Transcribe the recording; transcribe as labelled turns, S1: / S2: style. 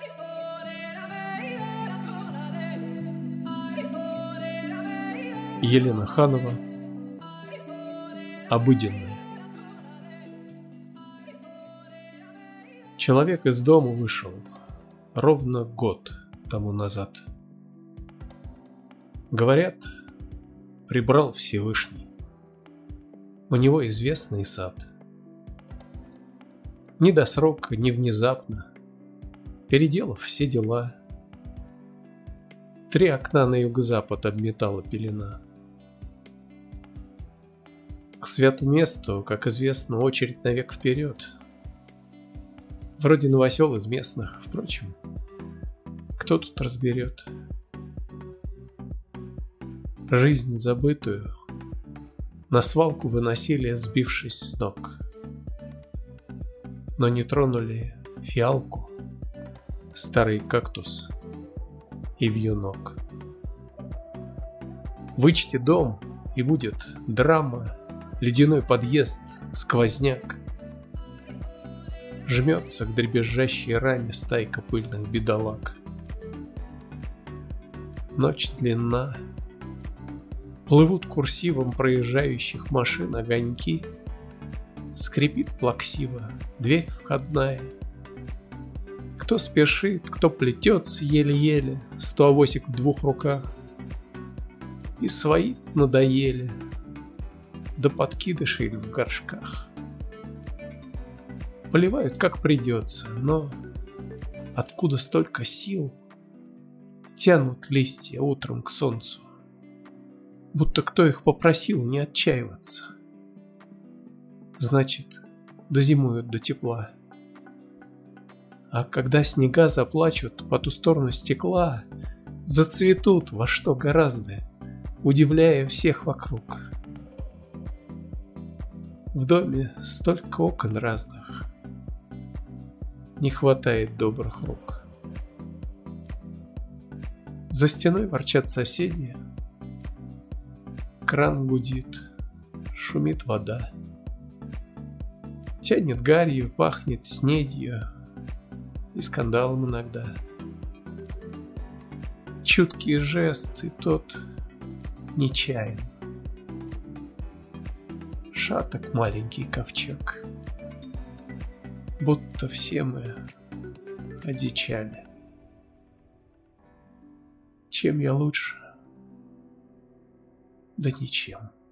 S1: Елена Ханова. Обыденное. Человек из дома вышел ровно год тому назад. Говорят, прибрал Всевышний. У него известный сад. Ни до срока, ни внезапно, переделав все дела. 3 окна на юго-запад обметала пелена. К святу месту, как известно, очередь навек вперед. Вроде новосел из местных, впрочем, кто тут разберет? Жизнь забытую на свалку выносили, сбившись с ног. Но не тронули фиалку, старый кактус и вьюнок. Вычти дом, и будет драма, ледяной подъезд, сквозняк. Жмется к дребезжащей раме стайка пыльных бедолаг. Ночь длинна. Плывут курсивом проезжающих машин огоньки. Скрипит плаксиво дверь входная. Кто спешит, кто плетется еле-еле, 100 авосик в 2 руках. И свои надоели, да подкидышей в горшках. Поливают как придется, но откуда столько сил? Тянут листья утром к солнцу, будто кто их попросил не отчаиваться. Значит, дозимуют до тепла. А когда снега заплачут по ту сторону стекла, зацветут во что гораздо, удивляя всех вокруг. В доме столько окон разных, не хватает добрых рук. За стеной ворчат соседи, кран гудит, шумит вода. Тянет гарью, пахнет снедью и скандалом иногда. Чуткий жест, и тот нечаянн. Шаток маленький ковчег, будто все мы одичали. Чем я лучше? Да ничем.